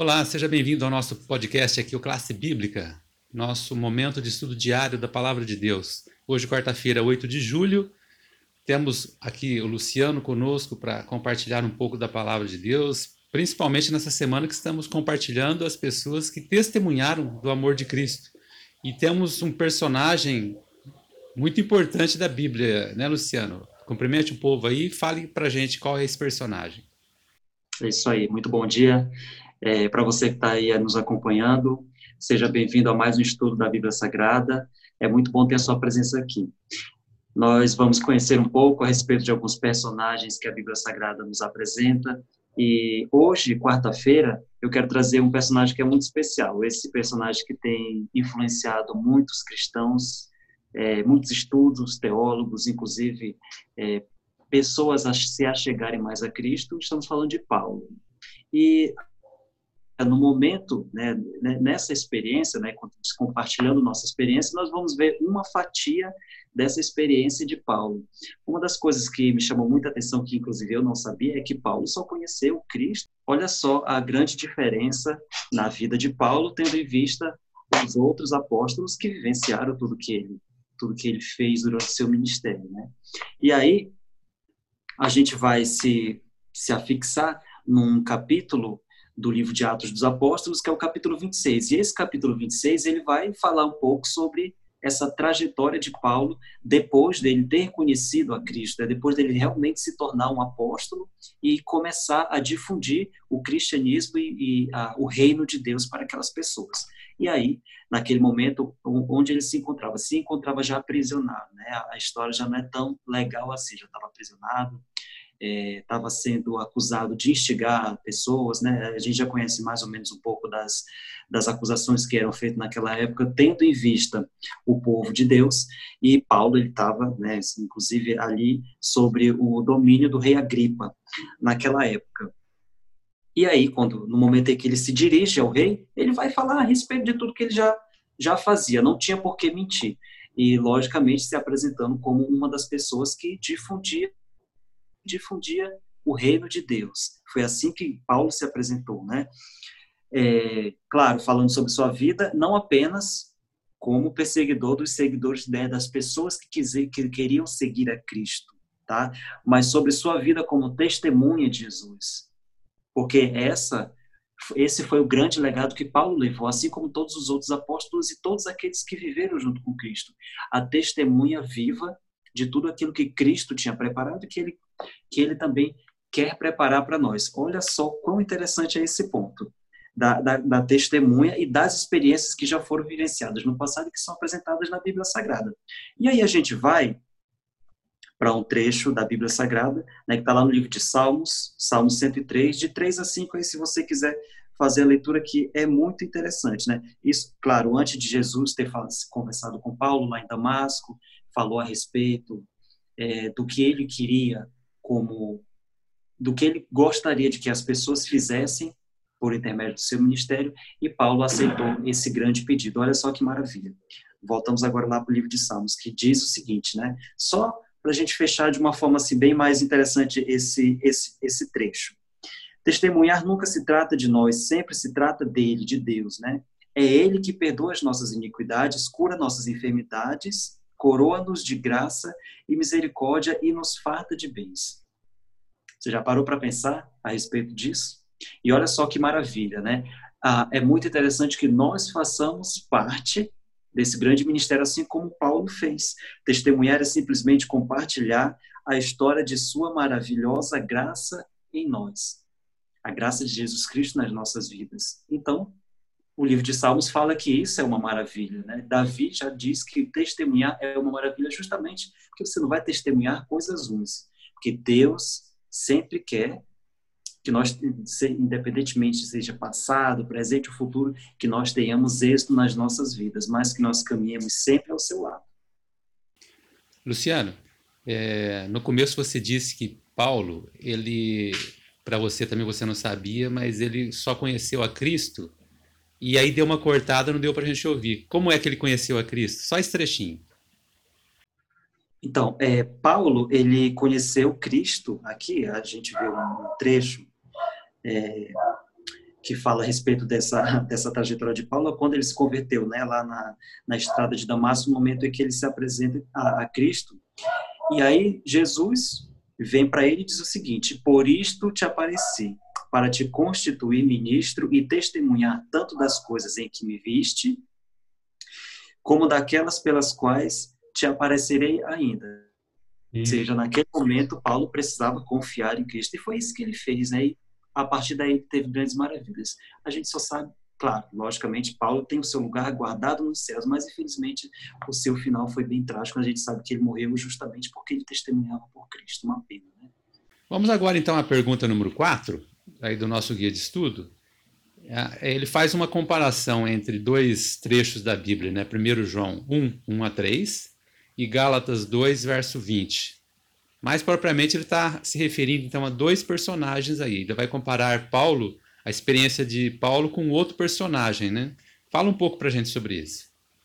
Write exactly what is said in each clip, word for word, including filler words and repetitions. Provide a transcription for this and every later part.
Olá, seja bem-vindo ao nosso podcast aqui, o Classe Bíblica, nosso momento de estudo diário da Palavra de Deus. Hoje, quarta-feira, oito de julho, temos aqui o Luciano conosco para compartilhar um pouco da Palavra de Deus, principalmente nessa semana que estamos compartilhando as pessoas que testemunharam do amor de Cristo. E temos um personagem muito importante da Bíblia, né, Luciano? Cumprimente o povo aí e fale para a gente qual é esse personagem. É isso aí, muito bom dia. É, para você que está aí nos acompanhando, seja bem-vindo a mais um estudo da Bíblia Sagrada. É muito bom ter a sua presença aqui. Nós vamos conhecer um pouco a respeito de alguns personagens que a Bíblia Sagrada nos apresenta. E hoje, quarta-feira, eu quero trazer um personagem que é muito especial. Esse personagem que tem influenciado muitos cristãos, é, muitos estudos, teólogos, inclusive é, pessoas a se achegarem mais a Cristo. Estamos falando de Paulo. E no momento, né, nessa experiência, né, compartilhando nossa experiência, nós vamos ver uma fatia dessa experiência de Paulo. Uma das coisas que me chamou muita atenção, que inclusive eu não sabia, é que Paulo só conheceu Cristo. Olha só a grande diferença na vida de Paulo, tendo em vista os outros apóstolos que vivenciaram tudo que ele, tudo que ele fez durante o seu ministério, né? E aí, a gente vai se, se afixar num capítulo do livro de Atos dos Apóstolos, que é o capítulo vinte e seis. E esse capítulo vinte e seis, ele vai falar um pouco sobre essa trajetória de Paulo depois dele ter conhecido a Cristo, depois dele realmente se tornar um apóstolo e começar a difundir o cristianismo e, e a, o reino de Deus para aquelas pessoas. E aí, naquele momento, onde ele se encontrava? Se encontrava já aprisionado, né? A história já não é tão legal assim, já estava aprisionado, estava é, sendo acusado de instigar pessoas, né? A gente já conhece mais ou menos um pouco das, das acusações que eram feitas naquela época, tendo em vista o povo de Deus, e Paulo, ele estava, né, inclusive ali, sobre o domínio do rei Agripa, naquela época. E aí, quando, no momento em que ele se dirige ao rei, ele vai falar a respeito de tudo que ele já, já fazia, não tinha por que mentir, e, logicamente, se apresentando como uma das pessoas que difundia difundia o reino de Deus. Foi assim que Paulo se apresentou, né? É, claro, falando sobre sua vida, não apenas como perseguidor dos seguidores, né, das pessoas que, quiser, que queriam seguir a Cristo, tá? Mas sobre sua vida como testemunha de Jesus. Porque essa, esse foi o grande legado que Paulo levou, assim como todos os outros apóstolos e todos aqueles que viveram junto com Cristo. A testemunha viva de tudo aquilo que Cristo tinha preparado e que ele, que ele também quer preparar para nós. Olha só quão interessante é esse ponto da, da, da testemunha e das experiências que já foram vivenciadas no passado e que são apresentadas na Bíblia Sagrada. E aí a gente vai para um trecho da Bíblia Sagrada, né, que está lá no livro de Salmos, Salmo cento e três, de três a cinco, aí se você quiser fazer a leitura, que é muito interessante, né? Isso, claro, antes de Jesus ter falado, conversado com Paulo lá em Damasco, falou a respeito é, do que ele queria, como do que ele gostaria de que as pessoas fizessem por intermédio do seu ministério, e Paulo aceitou esse grande pedido. Olha só que maravilha. Voltamos agora lá para o livro de Salmos, que diz o seguinte, né? Só para a gente fechar de uma forma assim, bem mais interessante esse, esse, esse trecho. Testemunhar nunca se trata de nós, sempre se trata dele, de Deus, né? É ele que perdoa as nossas iniquidades, cura nossas enfermidades, coroa-nos de graça e misericórdia e nos farta de bens. Você já parou para pensar a respeito disso? E olha só que maravilha, né? Ah, é muito interessante que nós façamos parte desse grande ministério, assim como Paulo fez. Testemunhar é simplesmente compartilhar a história de sua maravilhosa graça em nós. A graça de Jesus Cristo nas nossas vidas. Então, o livro de Salmos fala que isso é uma maravilha, né? Davi já diz que testemunhar é uma maravilha justamente porque você não vai testemunhar coisas ruins. Porque Deus sempre quer que nós, independentemente seja passado, presente ou futuro, que nós tenhamos êxito nas nossas vidas, mas que nós caminhemos sempre ao seu lado. Luciano, é, no começo você disse que Paulo, ele, para você também você não sabia, mas ele só conheceu a Cristo e aí deu uma cortada, não deu para a gente ouvir. Como é que ele conheceu a Cristo? Só esse trechinho. Então, é, Paulo, ele conheceu Cristo, aqui a gente vê um trecho, é, que fala a respeito dessa, dessa trajetória de Paulo, é quando ele se converteu, né, lá na, na estrada de Damasco, no momento em que ele se apresenta a, a Cristo. E aí Jesus vem para ele e diz o seguinte: por isto te apareci, para te constituir ministro e testemunhar tanto das coisas em que me viste, como daquelas pelas quais te aparecerei ainda. Ou seja, naquele momento, Paulo precisava confiar em Cristo. E foi isso que ele fez, né? E a partir daí, ele teve grandes maravilhas. A gente só sabe, claro, logicamente, Paulo tem o seu lugar guardado nos céus, mas, infelizmente, o seu final foi bem trágico. A gente sabe que ele morreu justamente porque ele testemunhava por Cristo. Uma pena, né? Vamos agora, então, à pergunta número quatro, aí do nosso guia de estudo. Ele faz uma comparação entre dois trechos da Bíblia, né? primeiro João um, um a três e Gálatas dois, verso vinte. Mais propriamente, ele está se referindo, então, a dois personagens aí. Ele vai comparar Paulo, a experiência de Paulo com outro personagem, né? Fala um pouco para a gente sobre isso.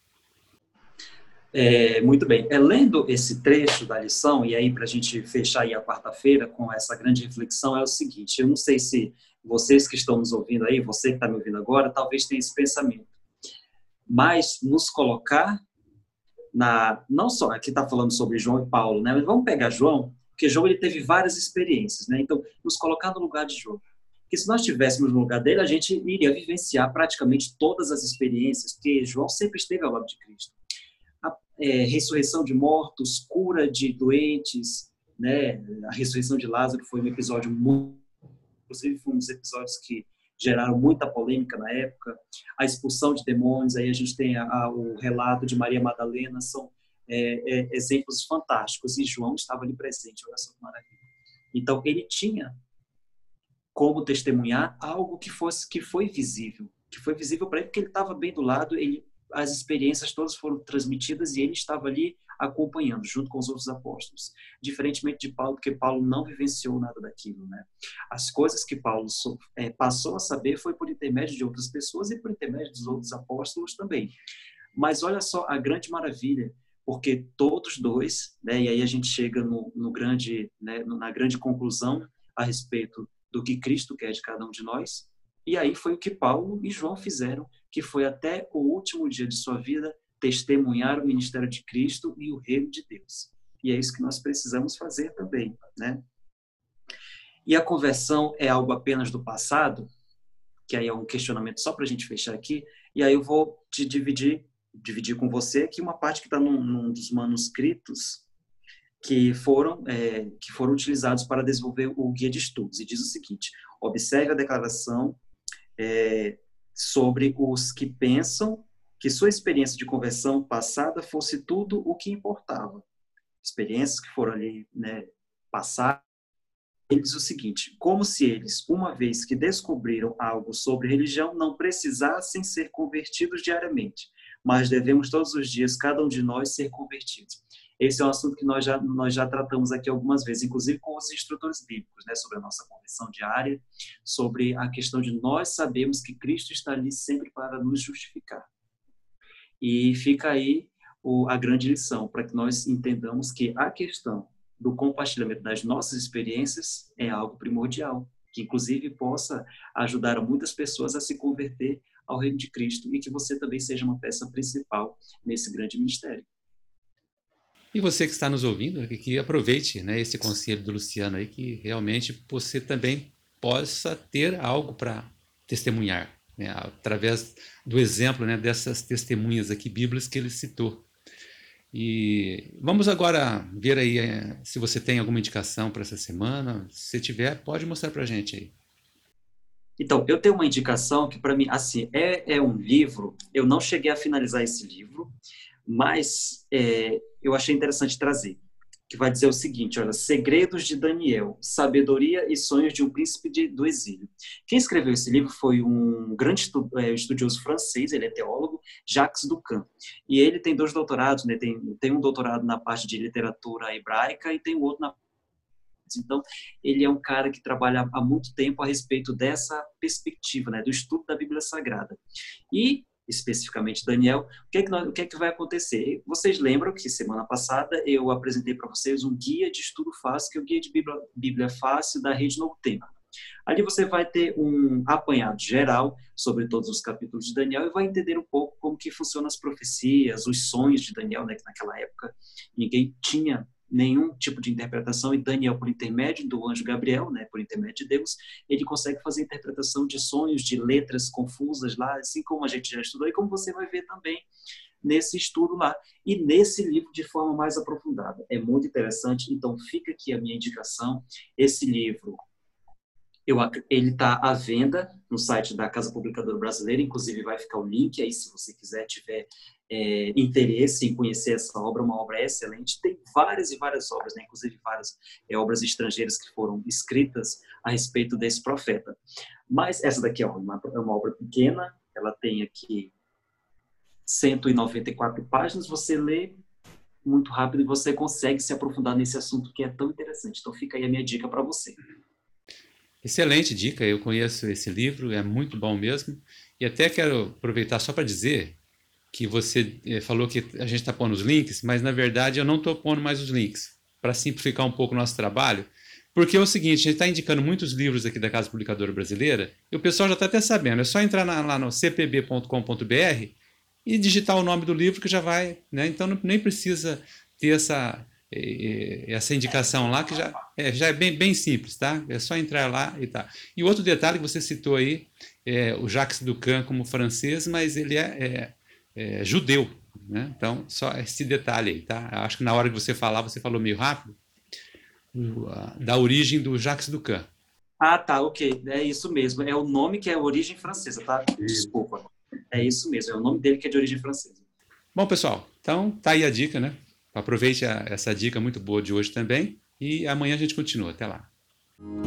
É, muito bem. É, lendo esse trecho da lição, e aí para a gente fechar aí a quarta-feira com essa grande reflexão, é o seguinte: eu não sei se vocês que estão nos ouvindo aí, você que está me ouvindo agora, talvez tenha esse pensamento, mas nos colocar na, não só, aqui está falando sobre João e Paulo, né? Mas vamos pegar João, porque João ele teve várias experiências, né? Então, nos colocar no lugar de João. Porque se nós estivéssemos no lugar dele, a gente iria vivenciar praticamente todas as experiências, porque João sempre esteve ao lado de Cristo. A é, ressurreição de mortos, cura de doentes, né? A ressurreição de Lázaro foi um episódio muito, inclusive foi um dos episódios que geraram muita polêmica na época. A expulsão de demônios, aí a gente tem a, a, o relato de Maria Madalena, são é, é, exemplos fantásticos, e João estava ali presente, olha só que maravilha. Então, ele tinha como testemunhar algo que, fosse, que foi visível, que foi visível para ele, porque ele estava bem do lado, ele, as experiências todas foram transmitidas e ele estava ali acompanhando, junto com os outros apóstolos. Diferentemente de Paulo, porque Paulo não vivenciou nada daquilo, né? As coisas que Paulo é, passou a saber foi por intermédio de outras pessoas e por intermédio dos outros apóstolos também. Mas olha só a grande maravilha, porque todos dois, né, e aí a gente chega no, no grande, né, na grande conclusão a respeito do que Cristo quer de cada um de nós, e aí foi o que Paulo e João fizeram, que foi até o último dia de sua vida testemunhar o ministério de Cristo e o reino de Deus. E é isso que nós precisamos fazer também, né? E a conversão é algo apenas do passado? Que aí é um questionamento só para a gente fechar aqui. E aí eu vou te dividir, dividir com você aqui uma parte que está num, num dos manuscritos que foram, é, que foram utilizados para desenvolver o guia de estudos. E diz o seguinte: observe a declaração é, sobre os que pensam que sua experiência de conversão passada fosse tudo o que importava. Experiências que foram ali, né, passadas. Ele diz o seguinte: como se eles, uma vez que descobriram algo sobre religião, não precisassem ser convertidos diariamente, mas devemos todos os dias, cada um de nós, ser convertidos. Esse é um assunto que nós já, nós já tratamos aqui algumas vezes, inclusive com os instrutores bíblicos, né, sobre a nossa conversão diária, sobre a questão de nós sabermos que Cristo está ali sempre para nos justificar. E fica aí o, a grande lição, para que nós entendamos que a questão do compartilhamento das nossas experiências é algo primordial, que inclusive possa ajudar muitas pessoas a se converter ao reino de Cristo e que você também seja uma peça principal nesse grande ministério. E você que está nos ouvindo, que aproveite, né, esse conselho do Luciano aí, que realmente você também possa ter algo para testemunhar, né, através do exemplo, né, dessas testemunhas aqui bíblicas que ele citou. E vamos agora ver aí é, se você tem alguma indicação para essa semana. Se tiver, pode mostrar para a gente aí. Então, eu tenho uma indicação que para mim, assim, é, é um livro, eu não cheguei a finalizar esse livro, mas é, eu achei interessante trazer, que vai dizer o seguinte, olha: Segredos de Daniel, Sabedoria e Sonhos de um Príncipe de, do Exílio. Quem escreveu esse livro foi um grande estu, é, estudioso francês, ele é teólogo, Jacques Ducan. E ele tem dois doutorados, né? tem, tem um doutorado na parte de literatura hebraica e tem o outro na... Então, ele é um cara que trabalha há muito tempo a respeito dessa perspectiva, né? Do estudo da Bíblia Sagrada. E especificamente Daniel, o que é que, nós, o que é que vai acontecer? Vocês lembram que semana passada eu apresentei para vocês um guia de estudo fácil, que é o guia de Bíblia, Bíblia Fácil da Rede Novo Tempo. Ali você vai ter um apanhado geral sobre todos os capítulos de Daniel e vai entender um pouco como que funcionam as profecias, os sonhos de Daniel, né, que naquela época ninguém tinha nenhum tipo de interpretação, e Daniel, por intermédio do anjo Gabriel, né, por intermédio de Deus, ele consegue fazer interpretação de sonhos, de letras confusas lá, assim como a gente já estudou, e como você vai ver também nesse estudo lá, e nesse livro de forma mais aprofundada. É muito interessante, então fica aqui a minha indicação. Esse livro, eu, ele está à venda no site da Casa Publicadora Brasileira, inclusive vai ficar o link aí, se você quiser, tiver é, interesse em conhecer essa obra, uma obra excelente. Tem várias e várias obras, né? Inclusive várias é, obras estrangeiras que foram escritas a respeito desse profeta. Mas essa daqui é uma, é uma obra pequena, ela tem aqui cento e noventa e quatro páginas, você lê muito rápido e você consegue se aprofundar nesse assunto que é tão interessante. Então fica aí a minha dica para você. Excelente dica, eu conheço esse livro, é muito bom mesmo. E até quero aproveitar só para dizer que você eh, falou que a gente está pondo os links, mas na verdade eu não estou pondo mais os links, para simplificar um pouco o nosso trabalho, porque é o seguinte, a gente está indicando muitos livros aqui da Casa Publicadora Brasileira, e o pessoal já está até sabendo, é só entrar na, lá no c p b ponto com ponto b r e digitar o nome do livro que já vai, né? Então não, nem precisa ter essa, essa indicação lá, que já é, já é bem, bem simples, tá? É só entrar lá e tá. E outro detalhe que você citou aí, é o Jacques Ducan como francês, mas ele é, é, é judeu, né? Então só esse detalhe aí, tá? Eu acho que na hora que você falar, você falou meio rápido, da origem do Jacques Ducan. Ah, tá, ok, é isso mesmo, é o nome que é a origem francesa, tá? Desculpa. É isso mesmo, é o nome dele que é de origem francesa. Bom, pessoal, então tá aí a dica, né? Aproveite a, essa dica muito boa de hoje também e amanhã a gente continua. Até lá.